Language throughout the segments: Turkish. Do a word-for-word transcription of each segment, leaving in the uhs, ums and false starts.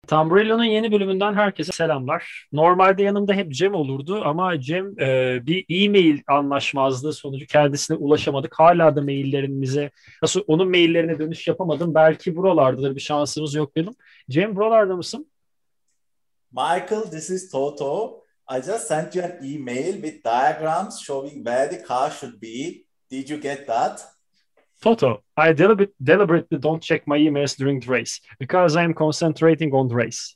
Tamburello'nun yeni bölümünden herkese selamlar. Normalde yanımda hep Cem olurdu ama Cem e, bir e-mail anlaşmazlığı sonucu kendisine ulaşamadık. Hala da maillerimize, nasıl onun maillerine dönüş yapamadım. Belki buralardadır, bir şansımız yok benim. Cem, buralarda mısın? Michael, this is Toto. I just sent you an email with diagrams showing where the car should be. Did you get that? Toto, I deliber- deliberately don't check my emails during the race because I am concentrating on the race.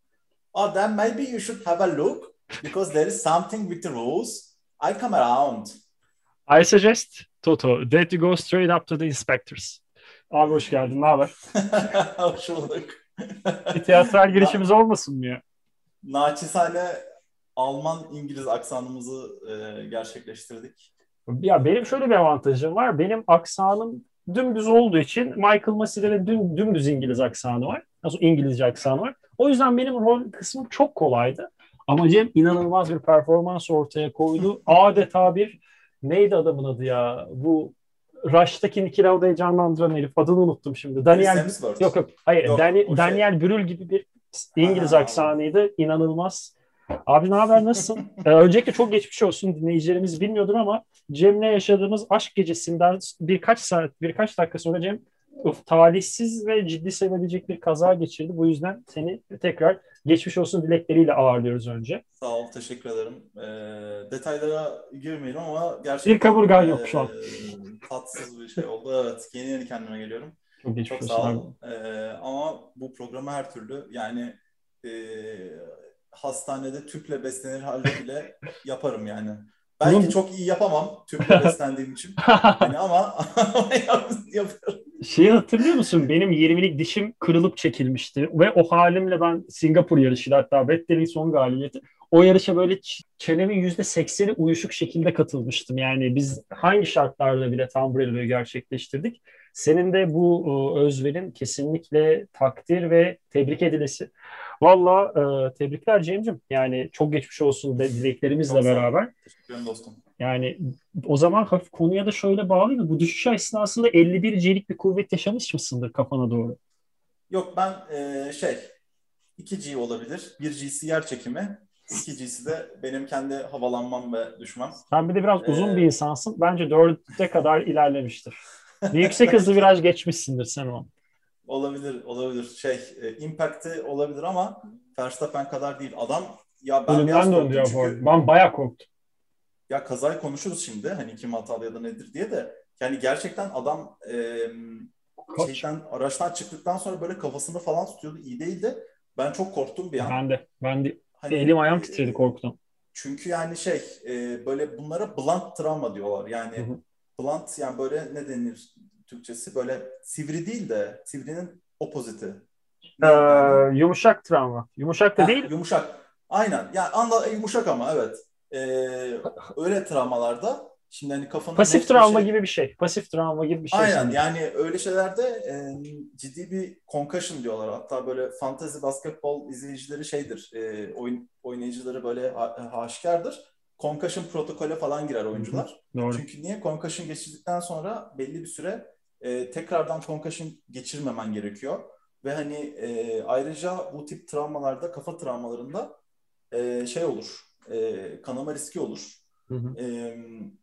Or then maybe you should have a look because there is something with the rules. I come around. I suggest, Toto, that you go straight up to the inspectors. Abi hoş geldin, ne haber? Hoş bulduk. Bir tiyatral Na girişimiz olmasın mı ya? naçizane Alman-İngiliz aksanımızı e, gerçekleştirdik. Ya benim şöyle bir avantajım var. Benim aksanım dümdüz olduğu için Michael Massey'de de düm, dümdüz İngiliz aksanı var. Nasıl İngilizce aksanı var. O yüzden benim rol kısmım çok kolaydı. Ama Cem inanılmaz bir performans ortaya koydu. Adeta bir neydi adamın adı ya? Bu Rush'taki Niki Lauda'yı canlandıran herif. Adını unuttum şimdi. Chris Daniel yok Hemsworth. yok. Hayır. Yok Dani- o şey. Daniel Brühl gibi bir Ha, İngiliz ha, anladım. aksanıydı. İnanılmaz. Abi ne haber, nasılsın? Ee, öncelikle çok geçmiş olsun, dinleyicilerimiz bilmiyordur ama Cem'le yaşadığımız aşk gecesinden birkaç saat, birkaç dakika sonra Cem uf, talihsiz ve ciddi sayılabilecek bir kaza geçirdi. Bu yüzden seni tekrar geçmiş olsun dilekleriyle ağırlıyoruz önce. Sağ ol, teşekkür ederim. Ee, detaylara girmeyelim ama Bir gerçekten kaburgan yok e, şu an. tatsız bir şey oldu. Evet, yeni yeni kendime geliyorum. Çok geçmiş Çok olsun sağ abi. ol. Ee, ama bu programı her türlü yani e, hastanede tüple beslenir halde bile yaparım yani. Belki Bunun çok iyi yapamam tüple beslendiğim için. Hani ama yaparım. şeyi hatırlıyor musun? Benim yirmilik dişim kırılıp çekilmişti ve o halimle ben Singapur yarışıydı, hatta Vettel'in son galibiyeti. O yarışa böyle ç- çenemin yüzde sekseni uyuşuk şekilde katılmıştım. Yani biz hangi şartlarda bile tam Tamburello'yu gerçekleştirdik. Senin de bu e, özverin kesinlikle takdir ve tebrik edilesi. Valla e, tebrikler Cem'cim. Yani çok geçmiş olsun de, dileklerimizle Çok sağ ol. beraber. Teşekkür ederim dostum. Yani o zaman hafif konuya da şöyle bağlayayım. Bu düşüş esnasında elli bir C'lik bir kuvvet yaşamış mısındır kafana doğru? Yok ben e, şey iki G olabilir. Bir G'si yer çekimi. iki G'si de benim kendi havalanmam ve düşmem. Sen bir de biraz uzun bir Ee, insansın. Bence dörde kadar ilerlemiştir. Bir yüksek hızlı belki viraj geçmişsindir sen o. olabilir, olabilir. Şey, e, impact'i olabilir ama Verstappen kadar değil. Adam ya ben Ölümden biraz döndü korktum ya bu arada. çünkü Ben bayağı korktum. ya kazayı konuşuruz şimdi. Hani kim hatalı ya da nedir diye de yani gerçekten adam e, Kaç? şeyden araçtan çıktıktan sonra böyle kafasını falan tutuyordu. İyi değildi. Ben çok korktum bir an. Ben de. Ben de. Hani Elim e, ayağım titredi korkudan. çünkü yani şey e, böyle bunlara blunt travma diyorlar. Hı Yani hı. blunt yani böyle ne denir Türkçesi? Böyle sivri değil de sivrinin opoziti. Ee, Ne yani? yumuşak travma. Yumuşak da Heh, değil. yumuşak. Aynen. Yani anla yumuşak ama evet. Ee, öyle travmalarda şimdi hani kafanın Pasif net bir travma şey. gibi bir şey. Pasif travma gibi bir şey Aynen sanırım. yani öyle şeylerde e, ciddi bir concussion diyorlar. Hatta böyle fantasy basketbol izleyicileri şeydir. E, oyun oynayıcıları böyle ha- aşikardır. Concussion protokole falan girer Hı hı. oyuncular. Doğru. Çünkü niye? Concussion geçirdikten sonra belli bir süre e, tekrardan concussion geçirmemen gerekiyor. Ve hani e, ayrıca bu tip travmalarda, kafa travmalarında e, şey olur. E, kanama riski olur. Hı hı. E,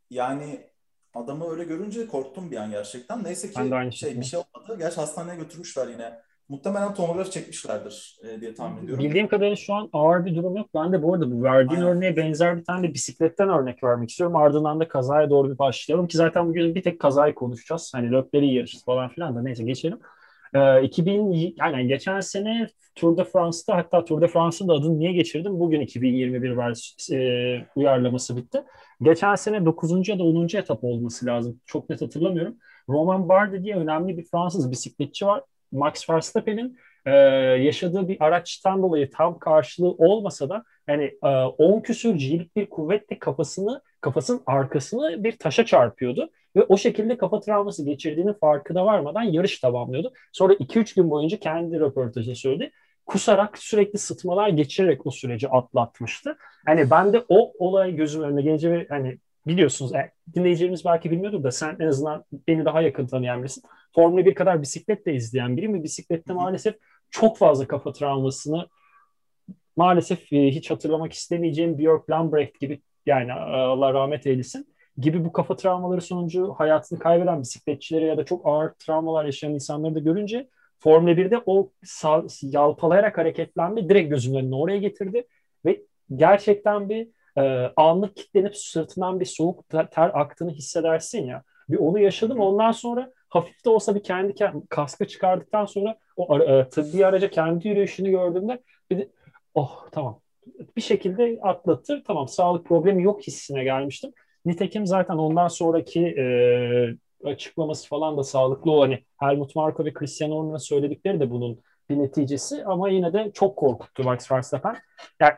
yani adamı öyle görünce korktum bir an gerçekten. Neyse Ben de ki aynı şey bir şekilde. şey olmadı. Gerçi hastaneye götürmüşler yine. Muhtemelen tomografi çekmişlerdir e, diye tahmin ediyorum. Bildiğim kadarıyla şu an ağır bir durum yok. Ben de bu arada bu verdiğin Aynen. örneğe benzer bir tane de bisikletten örnek vermek istiyorum. Ardından da kazaya doğru bir başlayalım ki zaten bugün bir tek kazayı konuşacağız. Hani löpleri yarıştı falan filan da neyse geçelim. Ee, iki bin yani geçen sene Tour de France'ta, hatta Tour de France'ın da adını niye geçirdim? Bugün iki bin yirmi bir vers e, uyarlaması bitti. Geçen sene dokuzuncu ya da onuncu etap olması lazım. Çok net hatırlamıyorum. Romain Bardet diye önemli bir Fransız bisikletçi var. Max Verstappen'in e, yaşadığı bir araçtan dolayı tam karşılığı olmasa da yani e, on küsür G'lik bir kuvvetle kafasını kafasının arkasını bir taşa çarpıyordu ve o şekilde kafa travması geçirdiğinin farkına varmadan yarış tamamlıyordu. Sonra iki üç gün boyunca kendi röportajı söyledi. Kusarak sürekli sıtmalar geçirerek o süreci atlatmıştı. Hani ben de o olay gözüm önüne gelince ve hani biliyorsunuz e, dinleyicilerimiz belki bilmiyordur da sen en azından beni daha yakın tanıyan birisin. Formula bir kadar bisikletle izleyen biri mi? Bisiklette Hı hı. maalesef çok fazla kafa travmasını maalesef e, hiç hatırlamak istemeyeceğim Björk Lambrecht gibi, yani e, Allah rahmet eylesin, gibi bu kafa travmaları sonucu hayatını kaybeden bisikletçileri ya da çok ağır travmalar yaşayan insanları da görünce Formula birde o sal- yalpalayarak hareketlenme direkt gözümün önüne oraya getirdi ve gerçekten bir e, anlık kilitlenip sırtından bir soğuk ter, ter aktığını hissedersin ya. Bir onu yaşadım. Ondan sonra hafif de olsa bir kendi kend- kaskı çıkardıktan sonra o ara- e, tıbbi araca kendi yürüyüşünü gördüğümde bir de, oh tamam, bir şekilde atlatır. Tamam, sağlık problemi yok hissine gelmiştim. Nitekim zaten ondan sonraki e, açıklaması falan da sağlıklı o. Hani Helmut Marko ve Christian Horner'ın söyledikleri de bunun bir neticesi ama yine de çok korkuttu Max Verstappen. Yani,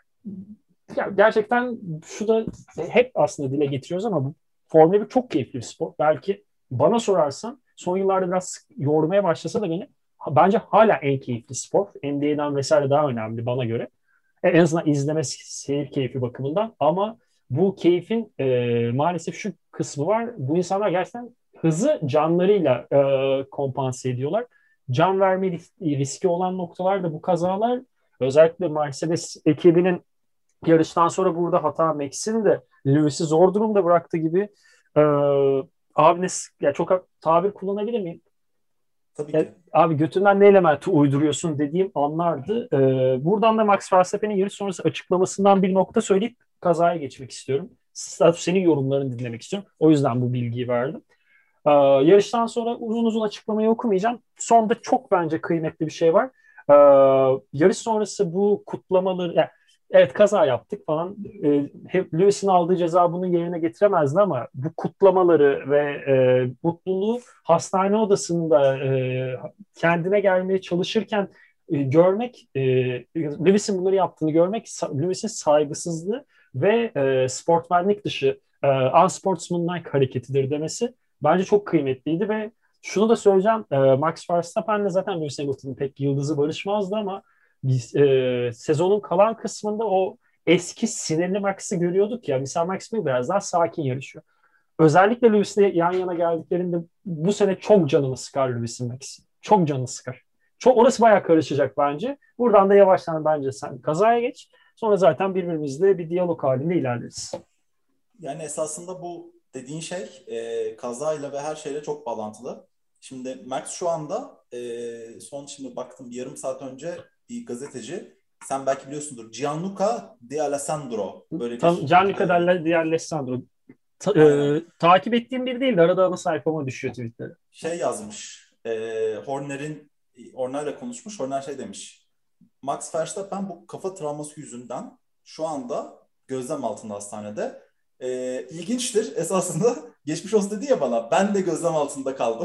ya gerçekten şu da hep aslında dile getiriyoruz ama bu Formula bir çok keyifli bir spor. Belki bana sorarsan son yıllarda biraz yormaya başlasa da beni, bence hala en keyifli spor. N B A'den vesaire daha önemli bana göre. E, En azından izleme, seyir keyfi bakımından. Ama bu keyfin e, maalesef şu kısmı var. Bu insanlar gerçekten hızı canlarıyla e, kompanse ediyorlar. Can verme ris- riski olan noktalarda bu kazalar, özellikle Mercedes ekibinin yarıştan sonra burada hata Max'in de Lewis'i zor durumda bıraktı gibi. E, abi ne, ya çok tabir kullanabilir miyim? Tabii Ya, ki. abi götünden ne elementi uyduruyorsun dediğim anlardı. Ee, buradan da Max Verstappen'in yarış sonrası açıklamasından bir nokta söyleyip kazaya geçmek istiyorum. Status, senin yorumlarını dinlemek istiyorum. O yüzden bu bilgiyi verdim. Ee, yarıştan sonra uzun uzun açıklamayı okumayacağım. Sonda çok bence kıymetli bir şey var. Ee, yarış sonrası bu kutlamaları, yani evet kaza yaptık falan. Ee, hep Lewis'in aldığı ceza bunu yerine getiremezdi ama bu kutlamaları ve e, mutluluğu hastane odasında e, kendine gelmeye çalışırken e, görmek, e, Lewis'in bunları yaptığını görmek, sa- Lewis'in saygısızlığı ve e, sportmenlik dışı, e, unsportsmanlike hareketidir demesi bence çok kıymetliydi ve şunu da söyleyeceğim. E, Max Verstappen'le zaten Lewis Hamilton'ın pek yıldızı barışmazdı ama biz e, sezonun kalan kısmında o eski sinirli Max'i görüyorduk ya. Mesela Max biraz daha sakin yarışıyor. Özellikle Lewis'le yan yana geldiklerinde bu sene çok canını sıkar Lewis'in Max'i. Çok canını sıkar. Çok, orası bayağı karışacak bence. Buradan da yavaştan bence sen kazaya geç. Sonra zaten birbirimizle bir diyalog halinde ilerleriz. Yani esasında bu dediğin şey e, kazayla ve her şeyle çok bağlantılı. Şimdi Max şu anda e, son şimdi baktım bir yarım saat önce bir gazeteci, sen belki biliyorsundur, Gianluca Di Alessandro böyle Tam, bir Gianluca e, Della di Alessandro. Ta- aynen e, takip ettiğim biri değil de arada ana sayfama düşüyor Twitter'da. şey yazmış. E, Horner'in Horner'le konuşmuş. Horner şey demiş. Max Verstappen bu kafa travması yüzünden şu anda gözlem altında hastanede. Ee, ilginçtir esasında. Geçmiş olsun dedi ya bana. Ben de gözlem altında kaldım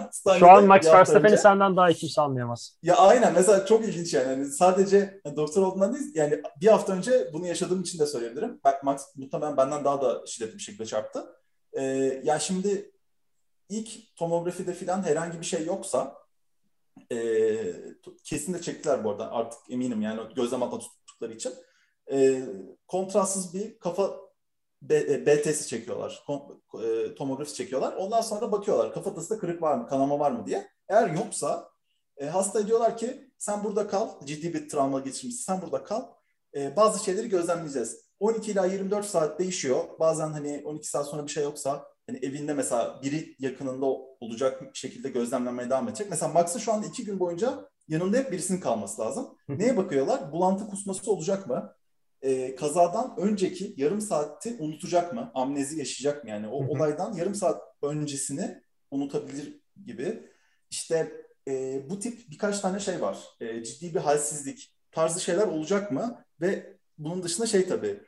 Şu an hastanede bir Max hafta Verstappen'i önce. senden daha iyi kimse anlayamaz. Ya aynen mesela çok ilginç yani. Hani sadece hani doktor olduğundan değil yani bir hafta önce bunu yaşadığım için de söyleyebilirim. Bak Max muhtemelen benden daha da şiddetli bir şekilde çarptı. Ee, ya şimdi ilk tomografide falan herhangi bir şey yoksa e, kesin de çektiler bu arada artık eminim yani gözlem altında tuttukları için. E, kontrastsız bir kafa B, B T'si çekiyorlar. Kom, e, tomografi çekiyorlar. Ondan sonra da bakıyorlar kafatasında kırık var mı, kanama var mı diye. Eğer yoksa e, hasta diyorlar ki sen burada kal. Ciddi bir travma geçirmişsin. Sen burada kal. E, bazı şeyleri gözlemleyeceğiz. on iki ila yirmi dört saat değişiyor. Bazen hani on iki saat sonra bir şey yoksa hani evinde mesela biri yakınında olacak şekilde gözlemlenmeye devam edecek. Mesela Max'ın şu anda iki gün boyunca yanında hep birisinin kalması lazım. Neye bakıyorlar? Bulantı kusması olacak mı? Ee, kazadan önceki yarım saati unutacak mı? Amnezi yaşayacak mı? Yani o olaydan yarım saat öncesini unutabilir gibi. İşte e, bu tip birkaç tane şey var. E, ciddi bir halsizlik tarzı şeyler olacak mı? Ve bunun dışında şey tabii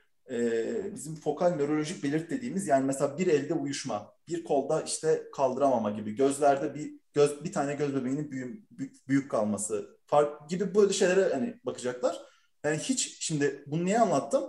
e, bizim fokal nörolojik belirt dediğimiz yani mesela bir elde uyuşma, bir kolda işte kaldıramama gibi, gözlerde bir göz bir tane göz bebeğinin büyük, büyük, büyük kalması fark gibi böyle şeylere hani bakacaklar. Yani hiç şimdi bunu niye anlattım?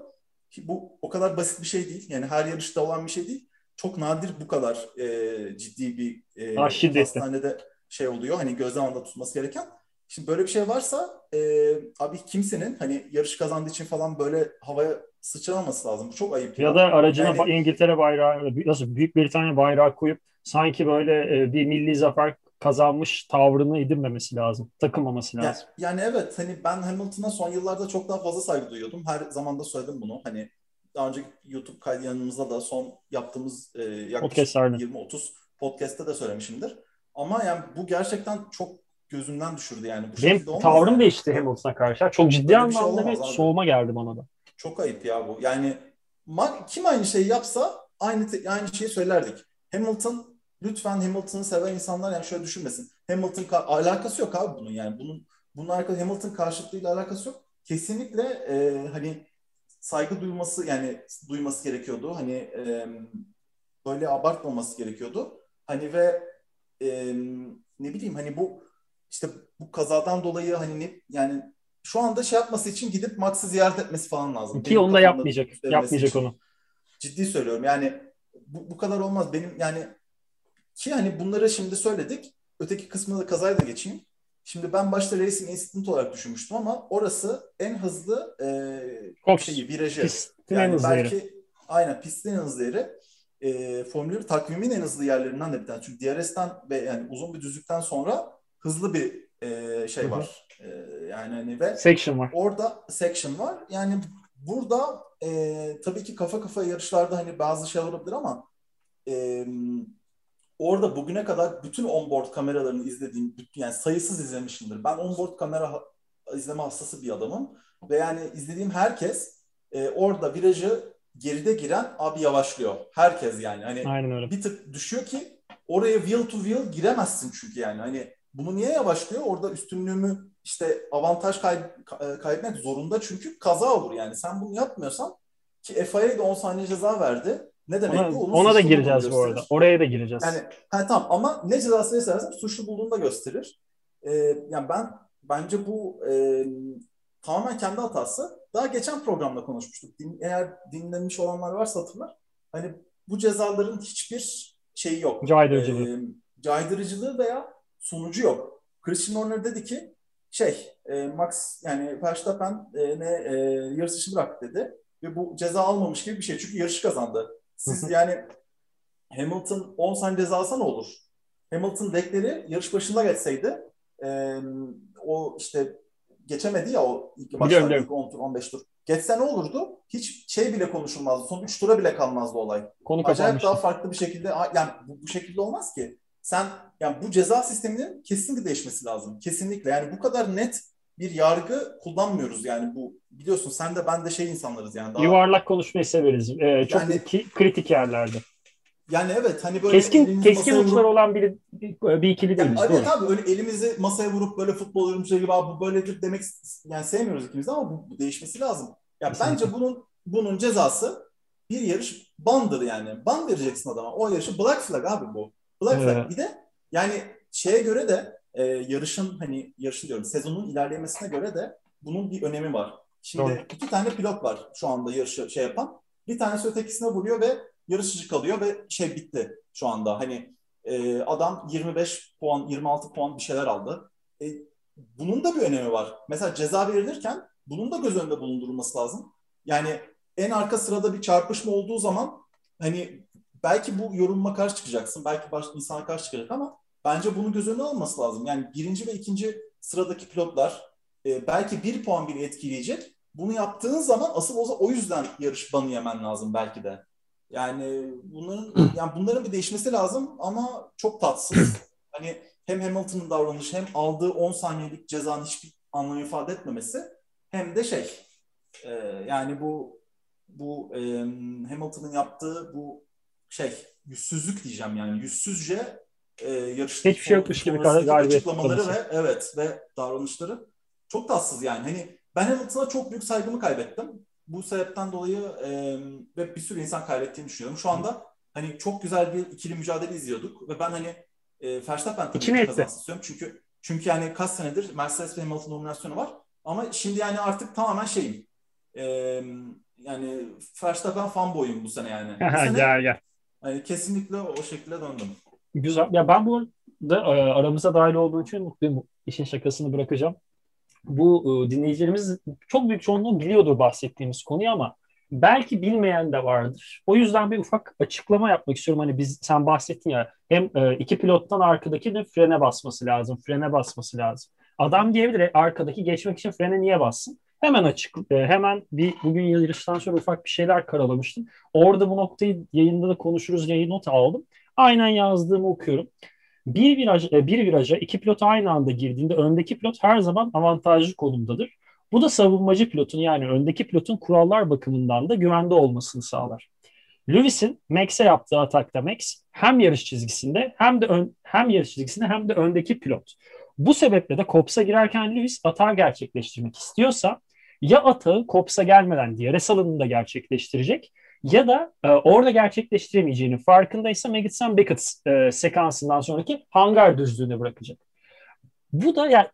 Bu o kadar basit bir şey değil. Yani her yarışta olan bir şey değil. Çok nadir bu kadar e, ciddi bir Daha e, şiddetli. hastanede şey oluyor. Hani gözlem altında tutması gereken. Şimdi böyle bir şey varsa e, abi kimsenin hani yarış kazandığı için falan böyle havaya sıçramaması lazım. Bu çok ayıp Ya da ya. aracına ba- Yani İngiltere bayrağı, nasıl Büyük Britanya bayrağı koyup sanki böyle e, bir milli zafer kazanmış tavrını edinmemesi lazım. Takılmaması Yani, lazım. yani evet hani ben Hamilton'a son yıllarda çok daha fazla saygı duyuyordum. Her zaman da söyledim bunu. Hani daha önceki YouTube kaydı yanımızda da son yaptığımız e, yaklaşık Podcast'larda. yirmi otuz podcast'te de söylemişimdir. Ama yani bu gerçekten çok gözümden düşürdü yani. Bu Benim şekilde olmaz tavrım yani. değişti Ö- Hamilton'a karşı. Çok ciddi Öyle bir şey anlamda olamaz bir abi. soğuma geldi bana da. Çok ayıp ya bu. Yani ma- kim aynı şeyi yapsa aynı te- aynı şeyi söylerdik. Hamilton lütfen Hamilton'ı seven insanlar yani şöyle düşünmesin. Hamilton ka- alakası yok abi bunun yani. Bunun bunun alakası Hamilton karşıtlığıyla alakası yok. Kesinlikle e, hani saygı duyması yani duyması gerekiyordu. Hani e, böyle abartmaması gerekiyordu. Hani ve e, ne bileyim hani bu işte bu kazadan dolayı hani ne, yani şu anda şey yapması için gidip Max'ı ziyaret etmesi falan lazım. Ki Benim onu da kafamda yapmayacak. düzelmesi Yapmayacak için. onu. Ciddi söylüyorum. Yani bu, bu kadar olmaz. Benim yani ki hani bunları şimdi söyledik. Öteki kısmına da kazayla da geçeyim. Şimdi ben başta Racing Institute olarak düşünmüştüm ama orası en hızlı e, Cox. şeyi virajı. Pistin en Yani hızlı yeri. belki aynen pistin en hızlı yeri. E, Formula bir takvimin en hızlı yerlerinden de bir tane. Çünkü D R S'ten ve yani uzun bir düzlükten sonra hızlı bir e, Hı şey hı. var. E, yani hani ve Section var. orada section var. Yani burada e, tabii ki kafa kafaya yarışlarda hani bazı şey olabilir ama e, orada bugüne kadar bütün onboard kameralarını izlediğim, yani sayısız izlemişimdir. Ben onboard kamera ha- izleme hastası bir adamım. Ve yani izlediğim herkes e, orada virajı geride giren abi yavaşlıyor. Herkes yani. Hani Aynen öyle. bir tık düşüyor ki oraya wheel to wheel giremezsin çünkü yani. Hani bunu niye yavaşlıyor? Orada üstünlüğümü işte avantaj kay- kay- kaybetmek zorunda çünkü kaza olur yani. Sen bunu yapmıyorsan ki F I A de on saniye ceza verdi. Ne Ona, demekti? Onun ona da suçlu olduğunu gireceğiz bu arada. gösterir. Oraya da Yani gireceğiz. ha, tamam ama ne cezası verirsen suçlu bulduğunu da gösterir. Ee, yani ben bence bu e, tamamen kendi hatası. Daha geçen programda konuşmuştuk. Din, eğer dinlemiş olanlar varsa hatırlar. Hani bu cezaların hiçbir şeyi yok. Caydırıcılığı. Ee, caydırıcılığı veya sonucu yok. Christian Horner dedi ki şey e, Max yani Verstappen e, ne e, yarış dışı bırak dedi. Ve bu ceza almamış gibi bir şey. Çünkü yarışı kazandı. Hı Siz hı. yani Hamilton on saniye ceza alsa ne olur? Hamilton dekleri yarış başında geçseydi e, o işte geçemedi ya o ilk Biliyorum başlarda ilk biliyorum. on tur on beş tur. Geçse ne olurdu? Hiç şey bile konuşulmazdı. Son üç tura bile kalmazdı olay. Konu Acayip daha kapanmıştı. farklı bir şekilde yani bu, bu şekilde olmaz ki. Sen yani bu ceza sisteminin kesinlikle değişmesi lazım. Kesinlikle. Yani bu kadar net bir yargı kullanmıyoruz yani bu biliyorsun sen de ben de şey insanlarız yani daha Yuvarlak konuşmayı severiz. Ee, çok yani ki, kritik yerlerde. yani evet hani böyle Keskin elimizi keskin masaya uçları vurup olan bir, bir, bir ikili ya değiliz. evet Doğru. abi öyle elimizi masaya vurup böyle futbol yorumcuları gibi bu böyledir demek yani sevmiyoruz ikimiz de ama bu, bu değişmesi lazım. Ya Kesinlikle. bence bunun bunun cezası bir yarış bandır yani. Ban vereceksin adama. O yarışı black flag abi bu. Black Ee, flag. Bir de yani şeye göre de e, yarışın hani yarışın diyorum sezonun ilerlemesine göre de bunun bir önemi var. doğru. Şimdi iki tane pilot var şu anda yarışı şey yapan. Bir tanesi ötekisine vuruyor ve yarışıcı kalıyor ve şey bitti şu anda. Hani e, adam yirmi beş puan, yirmi altı puan bir şeyler aldı. E, bunun da bir önemi var. Mesela ceza verilirken bunun da göz önünde bulundurulması lazım. Yani en arka sırada bir çarpışma olduğu zaman hani belki bu yorumuma karşı çıkacaksın. Belki başka insana karşı çıkacak ama bence bunu göz önüne alması lazım. Yani birinci ve ikinci sıradaki pilotlar e, belki bir puan bile etkileyecek. Bunu yaptığın zaman asıl o, o yüzden yarış banı yemen lazım belki de. Yani bunların yani bunların bir değişmesi lazım ama çok tatsız. Hani hem Hamilton'ın davranışı hem aldığı on saniyelik cezanın hiçbir anlam ifade etmemesi hem de şey e, yani bu bu e, Hamilton'ın yaptığı bu şey yüzsüzlük diyeceğim yani yüzsüzce e, yarış Hiçbir şey son, yokmuş gibi gal- sonrasındaki galibiyet açıklamaları kutlaması. ve evet ve davranışları çok tatsız yani. Hani ben Hamilton'a çok büyük saygımı kaybettim. Bu sebepten dolayı e, ve bir sürü insan kaybettiğini düşünüyorum. Şu anda hani çok güzel bir ikili mücadele izliyorduk ve ben hani e, Verstappen tabii İçine ki etti. kazansın istiyorum. Çünkü çünkü yani kaç senedir Mercedes ve Hamilton dominasyonu var. Ama şimdi yani artık tamamen şeyim. E, yani Verstappen fanboyum bu sene yani. Bu sene Gel gel. hani kesinlikle o şekilde döndüm. Güzel. Ya ben bu arada e, aramıza dahil olduğun için mutluyum. Bu İşin şakasını bırakacağım. Bu e, dinleyicilerimiz çok büyük çoğunluğu biliyordur bahsettiğimiz konuyu ama belki bilmeyen de vardır. O yüzden bir ufak açıklama yapmak istiyorum. Hani biz sen bahsettin ya hem e, iki pilottan arkadaki de frene basması lazım. Frene basması lazım. Adam diyebilir "E, arkadaki geçmek için frene niye bassın?" Hemen açık e, hemen bir bugün yarıştan sonra ufak bir şeyler karalamıştım. Orada bu noktayı yayında da konuşuruz diye not aldım. Aynen yazdığımı okuyorum. Bir viraj, e, bir viraja iki pilot aynı anda girdiğinde öndeki pilot her zaman avantajlı konumdadır. Bu da savunmacı pilotun yani öndeki pilotun kurallar bakımından da güvende olmasını sağlar. Lewis'in Max'e yaptığı atakta Max hem yarış çizgisinde hem de ön, hem yarış çizgisinde hem de öndeki pilot. Bu sebeple de Kops'a girerken Lewis atağı gerçekleştirmek istiyorsa ya atağı Kops'a gelmeden D R S alanında gerçekleştirecek ya da e, orada gerçekleştiremeyeceğinin farkındaysa Magnussen Beckett e, sekansından sonraki hangar düzlüğüne bırakacak. Bu da yani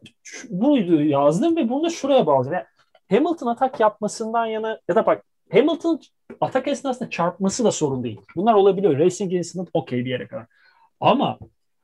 buydu yazdım ve bunu da şuraya bağladım. Yani Hamilton atak yapmasından yana ya da bak Hamilton atak esnasında çarpması da sorun değil. Bunlar olabiliyor. Racing incident okey bir yere kadar. Ama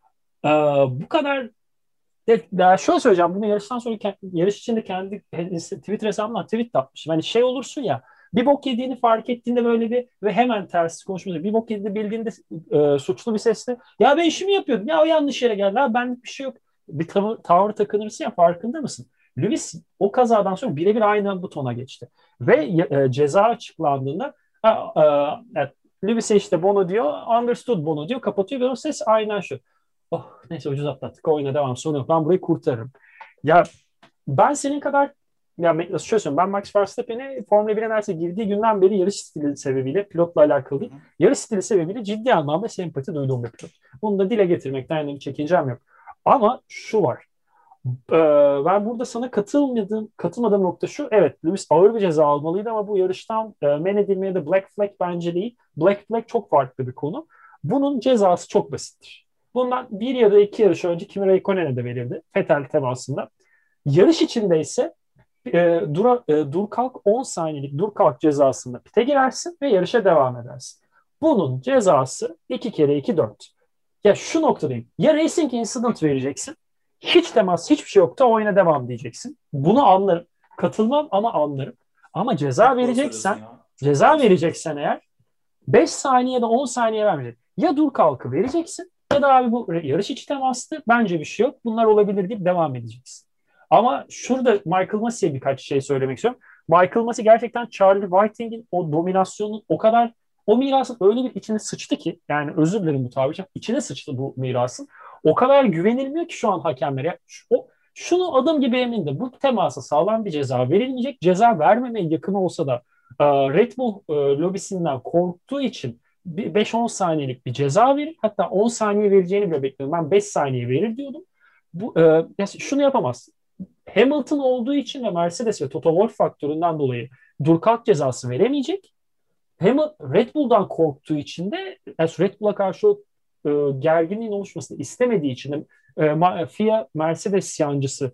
e, bu kadar de, daha şöyle söyleyeceğim. Bunu yarıştan sonra yarış içinde kendi Twitter hesabımdan tweet atmışım. Hani şey olursun ya bir bok yediğini fark ettiğinde böyle bir ve hemen tersi konuşması bir bok yediğini bildiğinde e, suçlu bir sesle ya ben işimi yapıyordum ya o yanlış yere geldi ha benlik bir şey yok bir tavır, tavır takınırsın ya farkında mısın? Lewis o kazadan sonra birebir aynı butona geçti ve e, ceza açıklandığında ha, e, evet, Lewis'e işte Bono diyor understood Bono diyor kapatıyor ve o ses aynen şu. Oh neyse ucuz atlattık. Oyuna devam. Sorun yok. Ben burayı kurtarırım. Ya ben senin kadar ya nasıl şöyle söyleyeyim. Ben Max Verstappen'i Formula bire neredeyse girdiği günden beri yarış stili sebebiyle pilotla alakalı değil. Yarış stili sebebiyle ciddi anlamda sempati duyduğum bir pilot. Bunu da dile getirmekten yani bir çekincem yok. Ama şu var. Ee, ben burada sana katılmadığım, katılmadığım nokta şu. Evet, Lewis ağır bir ceza almalıydı ama bu yarıştan e, men edilmeye de Black Flag bence değil. Black Flag çok farklı bir konu. Bunun cezası çok basittir. Bundan bir ya da iki yarış önce Kimi Räikkönen'e de verildi. Vettel temasında. Yarış içinde ise e, dura, e, dur kalk on saniyelik dur kalk cezasında pite girersin ve yarışa devam edersin. Bunun cezası iki kere iki dört. Ya şu noktadayım. Ya racing incident vereceksin. Hiç temas, hiçbir şey yoktu. Oyuna devam diyeceksin. Bunu anlarım. Katılmam ama anlarım. Ama ceza Çok doğru söylüyorsun vereceksen, ya. Çok ceza doğru söylüyorsun. vereceksen eğer beş saniye ya da on saniye vermeyecek. Ya dur kalkı vereceksin ya da abi bu yarış içi temastı. Bence bir şey yok. Bunlar olabilir deyip devam edeceksin. Ama şurada Michael Massey'e birkaç şey söylemek istiyorum. Michael Massey gerçekten Charlie Whiting'in o dominasyonun o kadar o mirasın öyle bir içine sıçtı ki yani özür dilerim bu tabirle içine sıçtı bu mirasın. O kadar güvenilmiyor ki şu an hakemlere. O, şunu adım gibi emindim. Bu temasa sağlam bir ceza verilmeyecek. Ceza vermemeye yakın olsa da e, Red Bull e, lobisinden korktuğu için beş on saniyelik bir ceza verir. Hatta on saniye vereceğini bile bekliyordum. Ben beş saniye verir diyordum. Bu, e, şunu yapamaz. Hamilton olduğu için ve Mercedes ve Toto Wolff faktöründen dolayı dur kalk cezası veremeyecek. Hem Red Bull'dan korktuğu için de yani Red Bull'a karşı o e, gerginliğin oluşmasını istemediği için de e, F I A Mercedes yancısı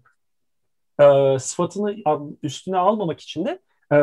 e, sıfatını üstüne almamak için de e,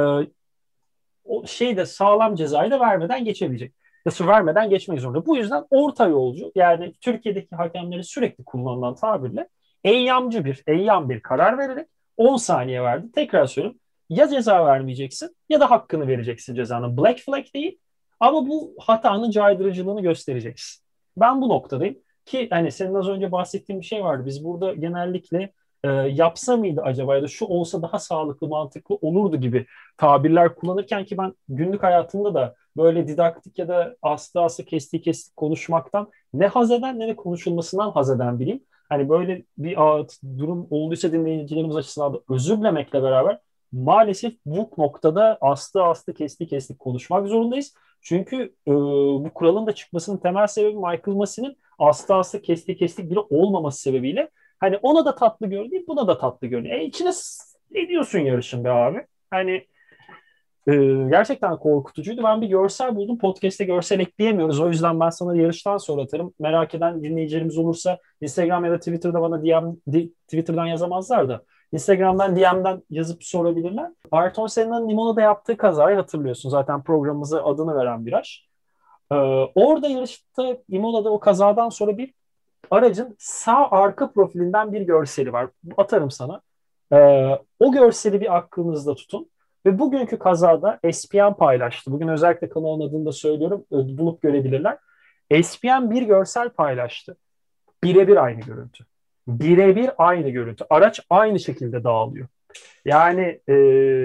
o şeyde sağlam cezayı da vermeden geçebilecek. Ya vermeden geçmek zorunda. Bu yüzden orta yolcu yani Türkiye'deki hakemleri sürekli kullanılan tabirle eyyamcı bir, eyyam bir karar vererek on saniye verdi. Tekrar söylüyorum. Ya ceza vermeyeceksin ya da hakkını vereceksin cezanın. Black flag değil ama bu hatanın caydırıcılığını göstereceksin. Ben bu noktadayım ki hani senin az önce bahsettiğin bir şey vardı. Biz burada genellikle e, yapsa mıydı acaba ya da şu olsa daha sağlıklı, mantıklı olurdu gibi tabirler kullanırken ki ben günlük hayatımda da böyle didaktik ya da aslı aslı kestiği kestik konuşmaktan ne haz eden ne de konuşulmasından haz eden biriyim. Hani böyle bir a, durum olduysa dinleyicilerimiz açısından da özür dilemekle beraber maalesef bu noktada aslı aslı kesti kestik konuşmak zorundayız. Çünkü e, bu kuralın da çıkmasının temel sebebi Michael Massey'nin aslı aslı kesti kestik biri olmaması sebebiyle hani ona da tatlı görünüyor, buna da tatlı görünüyor. E içine ne diyorsun yarışın be abi? Hani ee, gerçekten korkutucuydu. Ben bir görsel buldum. Podcast'te görsel ekleyemiyoruz. O yüzden ben sana yarıştan sonra atarım. Merak eden dinleyicilerimiz olursa Instagram ya da Twitter'da bana D M, di- Twitter'dan yazamazlar da Instagram'dan D M'den yazıp sorabilirler. Ayrton Senna'nın Imona'da yaptığı kazayı hatırlıyorsun. Zaten programımıza adını veren viraj. Ee, orada yarışta Imola'da o kazadan sonra bir aracın sağ arka profilinden bir görseli var. Atarım sana. Ee, o görseli bir aklınızda tutun. Ve bugünkü kazada S P N paylaştı. Bugün özellikle kanalın adını da söylüyorum. Bulup görebilirler. S P N bir görsel paylaştı. Birebir aynı görüntü. Birebir aynı görüntü. Araç aynı şekilde dağılıyor. Yani e,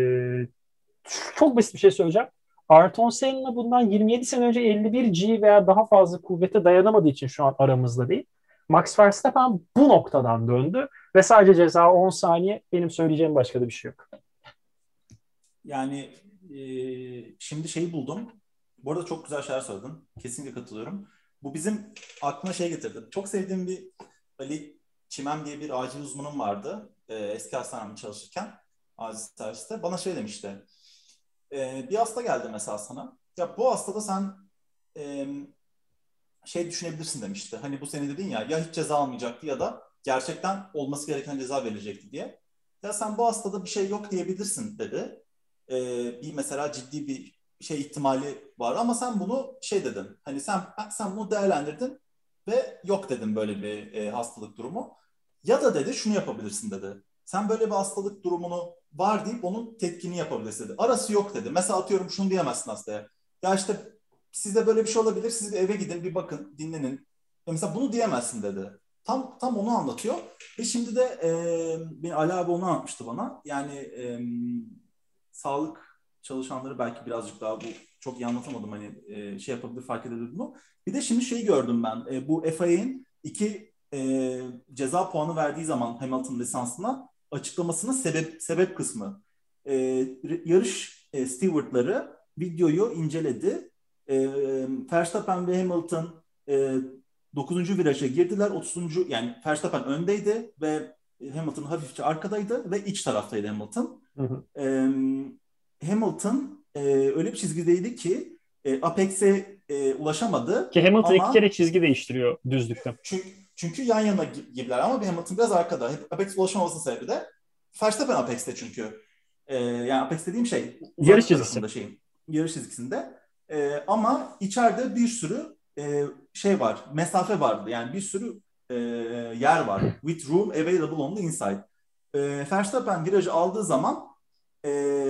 çok basit bir şey söyleyeceğim. Ayrton Senna bundan yirmi yedi sene önce elli bir G veya daha fazla kuvvete dayanamadığı için şu an aramızda değil. Max Verstappen bu noktadan döndü ve sadece ceza on saniye. Benim söyleyeceğim başka da bir şey yok. Yani e, şimdi şeyi buldum. Bu arada çok güzel şeyler söyledin. Kesinlikle katılıyorum. Bu bizim aklıma şey getirdi. Çok sevdiğim bir Ali Çimem diye bir acil uzmanım vardı. E, eski hastanemde çalışırken. Acil serviste. Bana şey demişti. E, bir hasta geldi mesela sana. Ya bu hastada sen e, şey düşünebilirsin demişti. Hani bu sene dedin ya ya hiç ceza almayacaktı ya da gerçekten olması gereken ceza verilecekti diye. Ya sen bu hastada bir şey yok diyebilirsin dedi. Ee, bir mesela ciddi bir şey ihtimali var ama sen bunu şey dedin. Hani sen sen bunu değerlendirdin ve yok dedin böyle bir e, hastalık durumu. Ya da dedi şunu yapabilirsin dedi. Sen böyle bir hastalık durumunu var deyip onun tetkini yapabilirsin dedi. Arası yok dedi. Mesela atıyorum şunu diyemezsin hastaya. Ya işte sizde böyle bir şey olabilir. Siz bir eve gidin bir bakın dinlenin. Ya mesela bunu diyemezsin dedi. Tam tam onu anlatıyor. Ve şimdi de e, bir Ali abi onu anlatmıştı bana. Yani e, sağlık çalışanları belki birazcık daha bu çok iyi anlatamadım hani e, şey yapabilir fark edebilir bunu. Bir de şimdi şeyi gördüm ben. E, bu F I A'nin iki e, ceza puanı verdiği zaman Hamilton lisansına açıklamasının sebep sebep kısmı. E, yarış e, stewardları videoyu inceledi. E, Verstappen ve Hamilton e, dokuzuncu viraja girdiler. otuzuncu yani Verstappen öndeydi ve Hamilton hafifçe arkadaydı ve iç taraftaydı Hamilton. Hı hı. E, Hamilton e, öyle bir çizgideydi ki e, Apex'e e, ulaşamadı Ki Hamilton iki kere ama çizgi değiştiriyor düzlükte. çünkü, çünkü yan yana gibiler ama bir Hamilton biraz arkada. Apex'e ulaşamamasının sebebi de Verstappen Apex'te çünkü. E, yani Apex dediğim şey Yarış uzak çizgisi. tarafında şeyin yarış çizgisinde. E, ama içeride bir sürü e, şey var, mesafe vardı. Yani bir sürü e, yer var. With room available on the inside. E, Verstappen virajı aldığı zaman e,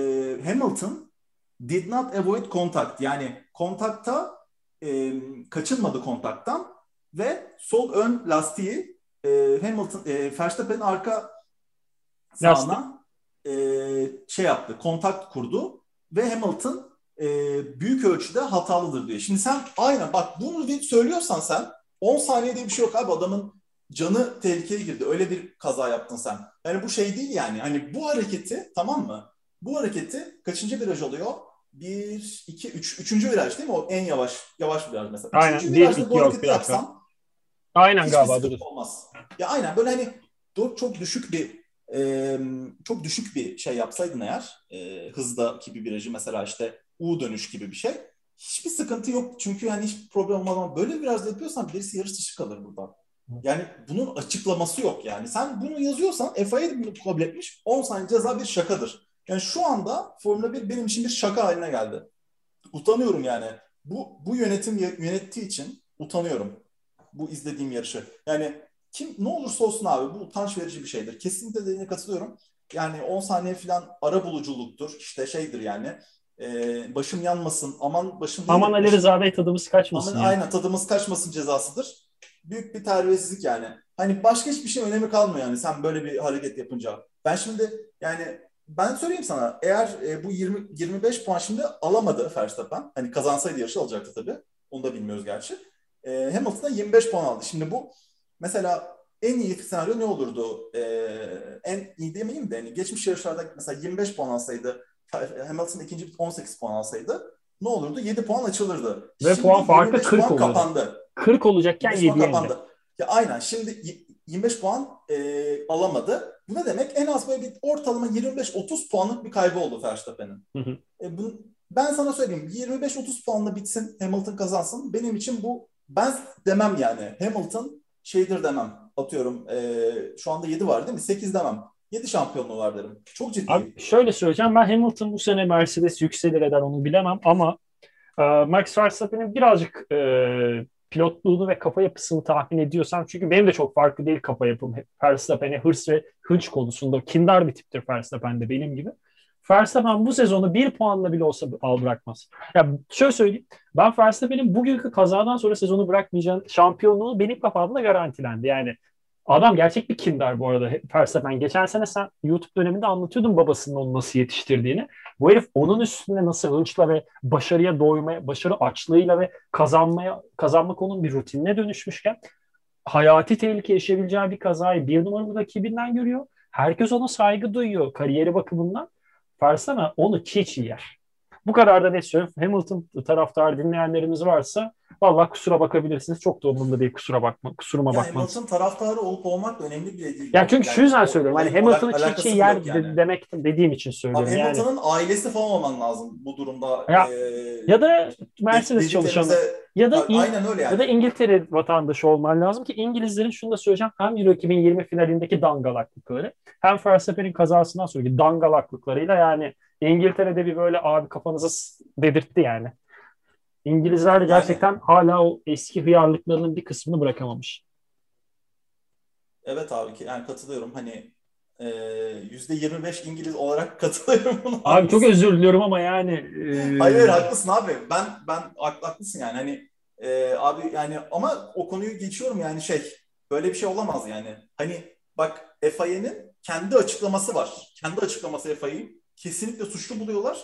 Hamilton did not avoid contact. Yani kontakta e, kaçınmadı kontaktan ve sol ön lastiği e, Hamilton e, Verstappen'in arka Lastik. sağına e, şey yaptı, kontak kurdu ve Hamilton e, büyük ölçüde hatalıdır diyor. Şimdi sen aynen bak bunu söylüyorsan sen on saniye diye bir şey yok abi adamın canı tehlikeye girdi. Öyle bir kaza yaptın sen. Yani bu şey değil yani. Hani bu hareketi tamam mı? Bu hareketi kaçıncı viraj oluyor? Bir, iki, üç. Üçüncü viraj değil mi? O en yavaş yavaş viraj mesela. Üçüncü Aynen. Bir, virajda iki bu yok hareketi biraz var. yapsam Aynen hiçbir galiba dur. sıkıntı olmaz. Ya aynen böyle hani çok düşük bir e, çok düşük bir şey yapsaydın eğer e, hızdaki bir virajı mesela işte U dönüş gibi bir şey hiçbir sıkıntı yok. Çünkü yani hiçbir problem olmadan böyle bir virajda yapıyorsan birisi yarış dışı kalır burada. Yani bunun açıklaması yok yani. Sen bunu yazıyorsan F I A de bunu kabul etmiş. on saniye ceza bir şakadır. Yani şu anda Formula bir benim için bir şaka haline geldi. Utanıyorum yani. Bu, bu yönetim yönettiği için utanıyorum. Bu izlediğim yarışı. Yani kim ne olursa olsun abi bu utanç verici bir şeydir. Kesinlikle dediğine katılıyorum. Yani on saniye falan ara buluculuktur. İşte şeydir yani. E, başım yanmasın. Aman başım değil Aman de Ali başım Rıza Bey tadımız aman kaçmasın ya. aynen tadımız kaçmasın cezasıdır. Büyük bir terbiyesizlik yani. Hani başka hiçbir şey önemi kalmıyor yani sen böyle bir hareket yapınca. Ben şimdi yani ben söyleyeyim sana eğer e, bu yirmi yirmi beş puan şimdi alamadı Verstappen. Hani kazansaydı yarışı alacaktı tabii. Onu da bilmiyoruz gerçi. E, Hamilton'da yirmi beş puan aldı. Şimdi bu mesela en iyi senaryo ne olurdu? E, en iyi demeyeyim de yani geçmiş yarışlarda mesela yirmi beş puan alsaydı Hamilton ikinci on sekiz puan alsaydı ne olurdu? yedi puan açılırdı. Ve Şimdi puan yirmi farkı beş kırk puan oluyordu. kapandı. kırk olacakken yirmi beş puan yediye indi. kapandı. Ya aynen şimdi yirmi beş puan e, alamadı. Bu ne demek? En az böyle bir ortalama yirmi beş otuz puanlık bir kaybı oldu Verstappen'in. Hı hı. E, bu, ben sana söyleyeyim yirmi beş otuz puanla bitsin Hamilton kazansın. Benim için bu ben demem yani. Hamilton şeydir demem. Atıyorum e, şu anda yedi var değil mi? sekiz demem. yedi şampiyonluğu var derim. Çok Abi ciddiyim. şöyle söyleyeceğim. Ben Hamilton bu sene Mercedes yükselir eder onu bilemem ama e, Max Verstappen'in birazcık e, pilotluğunu ve kafa yapısını tahmin ediyorsam çünkü benim de çok farklı değil kafa yapım. Verstappen'e hırs ve hınç konusunda kindar bir tiptir Verstappen de benim gibi. Verstappen bu sezonu bir puanla bile olsa al bırakmaz. Ya şöyle söyleyeyim. Ben Verstappen'in bugünkü kazadan sonra sezonu bırakmayacağını, şampiyonluğu benim kafamda garantilendi. Yani adam gerçek bir kindar bu arada Verstappen. Geçen sene sen YouTube döneminde anlatıyordun babasının onu nasıl yetiştirdiğini. Bu herif onun üstünde nasıl hınçla ve başarıya doymaya, başarı açlığıyla ve kazanmaya, kazanmak onun bir rutinine dönüşmüşken hayati tehlike yaşayabileceği bir kazayı bir numaralı rakibinden görüyor. Herkes ona saygı duyuyor kariyeri bakımından. Verstappen onu çiğ çiğ yer. Bu kadar da net söylüyorum. Hamilton taraftarı dinleyenlerimiz varsa vallahi kusura bakabilirsiniz. Çok da umurumda değil, kusura bakma, kusuruma Ya bakmanız. Hamilton taraftarı olup olmak da önemli bile değil. Ya çünkü şu Yani yüzden o söylüyorum. Hani olayın Hamilton'ı alak- çiğ çiğ alakası bile yer yok de- yani. demek dediğim için Abi söylüyorum. Yani Hamilton'ın ailesi falan olman lazım bu durumda. ya Ee, ya da de- Mercedes çalışanı dediklerimize ya da İng- aynen öyle ya da yani. İngiltere vatandaşı olman lazım ki İngilizlerin şunu da söyleyeceğim. Hem Euro iki bin yirmi finalindeki dangalaklıkları hem Verstappen'in kazasından sonraki dangalaklıklarıyla yani İngiltere'de bir böyle abi kafanızı s- dedirtti yani. İngilizler de Yani gerçekten hala o eski hıyarlıklarının bir kısmını bırakamamış. evet abi ki yani katılıyorum. Hani e, yüzde yirmi beş İngiliz olarak katılıyorum buna, Abi çok haklısın. özür diliyorum ama yani Hayır hayır, e, haklısın abi. Ben ben hak- haklısın yani. Hani e, abi yani ama o konuyu geçiyorum yani şey böyle bir şey olamaz yani. Hani bak F I A'nın kendi açıklaması var. Kendi açıklaması F I A'yı kesinlikle suçlu buluyorlar.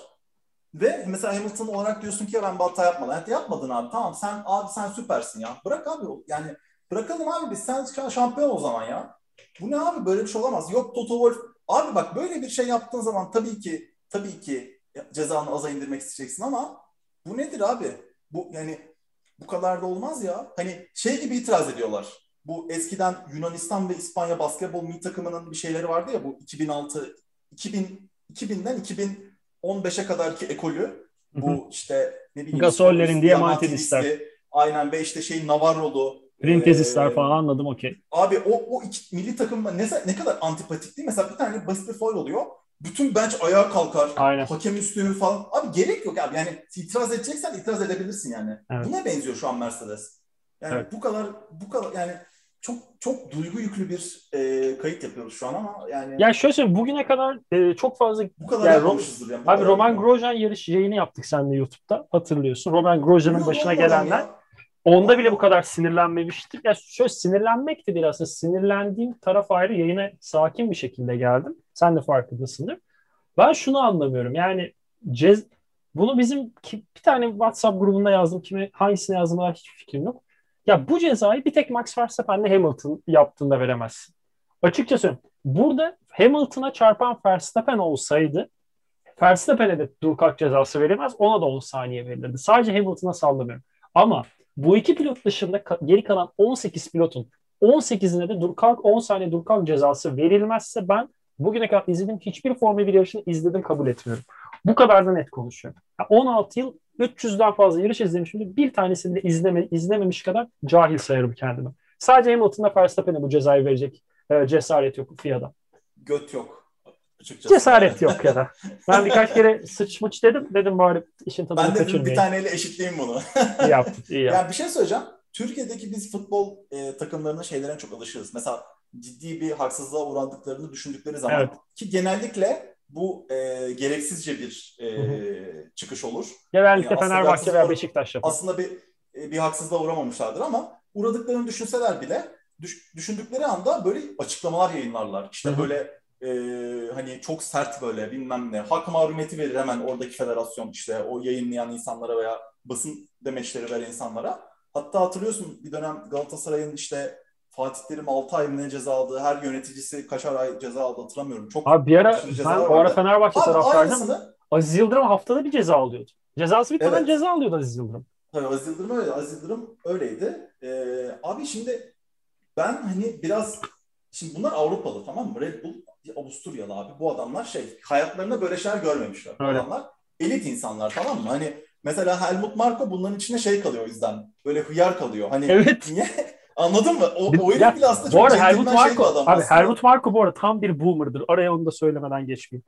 Ve mesela Hamilton olarak diyorsun ki ya ben bir hata yapmadım. Evet, yapmadın abi. Tamam sen abi sen süpersin ya. Bırak abi yani bırakalım abi biz sen şampiyon o zaman ya. Bu ne abi, böyle bir şey olamaz. Yok Toto Wolff. Abi bak böyle bir şey yaptığın zaman tabii ki tabii ki cezanı aza indirmek isteyeceksin ama bu nedir abi? Bu yani bu kadar da olmaz ya. Hani şey gibi itiraz ediyorlar. Bu eskiden Yunanistan ve İspanya basketbol milli takımının bir şeyleri vardı ya, bu iki bin altı iki bin iki binden iki bin on beşe kadarki ekolü, bu işte ne bileyim Gasollerin Scottis'li, Diamantidisler, Diamantidis'li, aynen, ve işte şey Navarro'lu, Printezisler ee, falan anladım okey. abi o, o iki milli takım ne, ne kadar antipatik değil. Mesela bir tane basit bir faul oluyor. Bütün bench ayağa kalkar. Aynen. Hakem üstünü falan. Abi gerek yok abi. Yani itiraz edeceksen itiraz edebilirsin yani. Evet. Buna benziyor şu an Mercedes. Yani Evet. bu kadar bu kadar yani çok çok duygu yüklü bir e, kayıt yapıyoruz şu an ama yani Ya şöyle söyleyeyim, bugüne kadar e, çok fazla bu kadar yani Ro- yapmamışızdır yani. Bu abi kadar Roman bilmiyorum. Grosjean yarış yayını yaptık seninle YouTube'da, hatırlıyorsun. Roman Grosjean'ın Ölüyordu başına oğlum adam gelenler. ya. Onda bile bu Vallahi. kadar sinirlenmemiştim. Ya şöyle sinirlenmek de değil aslında. Sinirlendiğim taraf ayrı. Yayına sakin bir şekilde geldim. Sen de farkındasındır. Ben şunu anlamıyorum. Yani cez bunu bizim ki, bir tane WhatsApp grubunda yazdım. Kimi hangisine yazdığımda hiç fikrim yok. Ya bu cezayı bir tek Max Verstappen'le Hamilton yaptığında veremezsin. Açıkça söyleyeyim. Burada Hamilton'a çarpan Verstappen olsaydı Verstappen'e de dur kalk cezası verilmez. Ona da on saniye verilirdi. Sadece Hamilton'a sallamıyorum. Ama bu iki pilot dışında ka- geri kalan on sekiz pilotun on sekizine de dur kalk on saniye dur kalk cezası verilmezse ben bugüne kadar izlediğim hiçbir Formula bir yarışını izledim kabul etmiyorum. Bu kadar da net konuşuyorum. Ya on altı yıl üç yüzden fazla yarış izlemişimdir. Bir tanesini de izleme, izlememiş kadar cahil sayarım kendimi. Sadece Hamilton'la Verstappen'e bu cezayı verecek e, cesaret yok F I A'da. Göt yok açıkçası yani. Cesaret yok ya da. Ben birkaç kere sıçmış dedim. Dedim bari işin tadını Ben de dedim bir kaçırmayayım. taneyle eşitleyeyim bunu. İyi yaptın, iyi Yani yaptın. bir şey söyleyeceğim. Türkiye'deki biz futbol e, takımlarının şeylerine çok alışırız. Mesela ciddi bir haksızlığa uğradıklarını düşündükleri zaman Evet. ki genellikle bu e, gereksizce bir Hı hı. e, çıkış olur. Hani Genellikle aslında bir Fenerbahçe haksızlığa veya Beşiktaş yapar. aslında bir e, bir haksızlığa uğramamışlardır ama uğradıklarını düşünseler bile düş, düşündükleri anda böyle açıklamalar yayınlarlar. Hı İşte hı. böyle e, hani çok sert böyle bilmem ne. Hak mahrumiyeti verir hemen oradaki federasyon, işte o yayınlayan insanlara veya basın demeçleri veren insanlara. Hatta hatırlıyorsun bir dönem Galatasaray'ın işte Fatih Terim altı ay mı ne ceza aldığı, her yönetici kaçar ay ceza aldı hatırlamıyorum. Çok Abi bir ara aşırı ben cezalar o ara vardı. Fenerbahçe Abi taraftarıydım. aynısını, Aziz Yıldırım haftada bir ceza alıyordu. Cezası bitmeden evet. ceza alıyordu Aziz Yıldırım. Tabii Aziz Yıldırım öyle. Aziz Yıldırım öyleydi. Ee, abi şimdi ben hani biraz, şimdi bunlar Avrupalı tamam mı? Red Bull Avusturyalı abi. Bu adamlar şey, hayatlarında böyle şeyler görmemişler. Bu Öyle. adamlar elit insanlar tamam mı? Hani mesela Helmut Marko bunların içine şey kalıyor o yüzden. Böyle hıyar kalıyor. Hani Evet. niye? Anladın mı? O, Bir- o herif Ya bile aslında bu çok arada Helmut centilmen şey bir Marko adam abi aslında. Helmut Marko bu arada tam bir boomer'dır. Araya onu da söylemeden geçmeyeyim.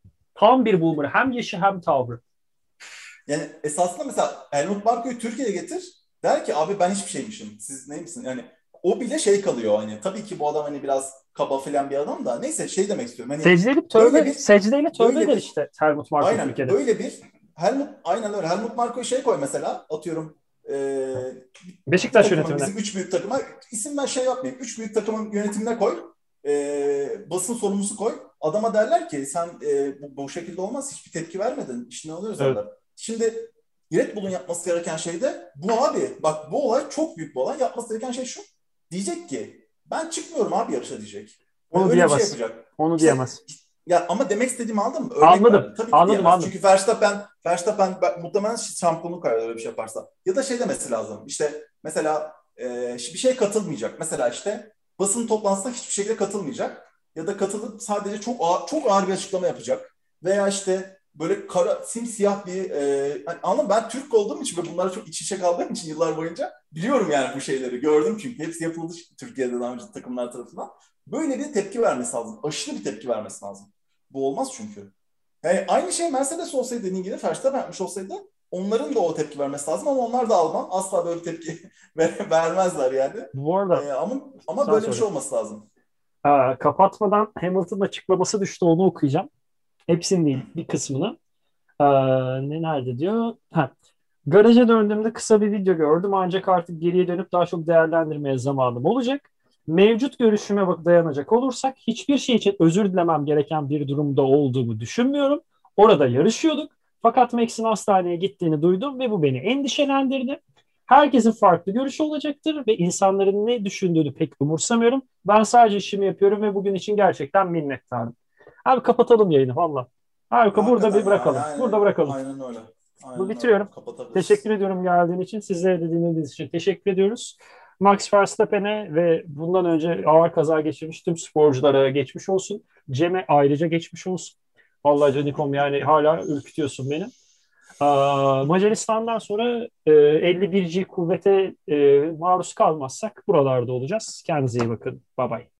Tam bir boomer. Hem yaşı hem tavrı. Yani esasında mesela Helmut Marko'yu Türkiye'ye getir. Der ki abi ben hiçbir şeymişim. Siz neymişsin? Yani o bile şey kalıyor hani. Tabii ki bu adam hani biraz kaba filan bir adam da. Neyse şey demek istiyorum. Hani Secdeyle böyle tövbe, bir secdeyle tövbe böyle eder bir işte Helmut Marko aynen Türkiye'de. böyle bir Helmut aynen öyle. Helmut Marko'yu şey koy mesela. Atıyorum eee, bir Beşiktaş takımın yönetimine. bizim üç büyük takıma isim ben şey yapmayayım. Üç büyük takımın yönetimine koy. Eee, basın sorumlusu koy. Adama derler ki sen eee, bu, bu şekilde olmaz. Hiçbir tepki vermedin. İşini alıyoruz Evet. derler. Şimdi Red Bull'un yapması gereken şey de bu abi. Bak bu olay çok büyük bir olay. Yapması gereken şey şu. Diyecek ki ben çıkmıyorum abi yarışa diyecek. Ve Onu öyle bir şey diyemez. yapacak. Onu İşte diyemez. ya ama demek istediğimi aldın mı? Örnek Anladım. verdim. Tabii ki Anladım diyemez. anladım. Çünkü Verstappen Verstappen muhtemelen şampiyonluk kaybeder öyle bir şey yaparsa. Ya da şey demesi lazım. İşte mesela e, bir şey katılmayacak. Mesela işte basın toplantısına hiçbir şekilde katılmayacak. Ya da katılıp sadece çok ağır, çok ağır bir açıklama yapacak. Veya işte böyle kara, simsiyah bir e, hani anladın mı? Ben Türk olduğum için ve bunlara çok iç içe kaldığım için yıllar boyunca biliyorum yani bu şeyleri. Gördüm çünkü. Hepsi yapıldı Türkiye'de daha önce takımlar tarafından. Böyle bir tepki vermesi lazım. Aşırı bir tepki vermesi lazım. Bu olmaz çünkü. Yani aynı şey Mercedes olsaydı dediğin gibi Verstappen yapmış olsaydı onların da o tepki vermesi lazım ama onlar da Alman. Asla böyle tepki vermezler yani. Bu arada Ee, ama ama sen böyle bir söyle. şey olması lazım. Aa, kapatmadan Hamilton'ın açıklaması düştü, onu okuyacağım. Hepsini değil, bir kısmını. Aa, ne nerede diyor? Ha. Garaja döndüğümde kısa bir video gördüm ancak artık geriye dönüp daha çok değerlendirmeye zamanım olacak. Mevcut görüşüme bak dayanacak olursak hiçbir şey için özür dilemem gereken bir durumda olduğumu düşünmüyorum. Orada yarışıyorduk. Fakat Max'in hastaneye gittiğini duydum ve bu beni endişelendirdi. Herkesin farklı görüşü olacaktır ve insanların ne düşündüğünü pek umursamıyorum. Ben sadece işimi yapıyorum ve bugün için gerçekten minnettarım. Abi kapatalım yayını valla. Harika, burada bir Hakikaten ya bırakalım. yani Burada bırakalım. aynen öyle. Bu Aynen öyle. bitiriyorum. Teşekkür Kapatabiliriz. ediyorum geldiğin için. Sizlere de dinlediğiniz için teşekkür ediyoruz. Max Verstappen'e ve bundan önce ağır kaza geçirmiş tüm sporculara geçmiş olsun. Cem'e ayrıca geçmiş olsun. Vallahi Canikom yani hala ürkütüyorsun beni. Aa, Macaristan'dan sonra e, elli bir G kuvvete e, maruz kalmazsak buralarda olacağız. Kendinize iyi bakın. Bye bye.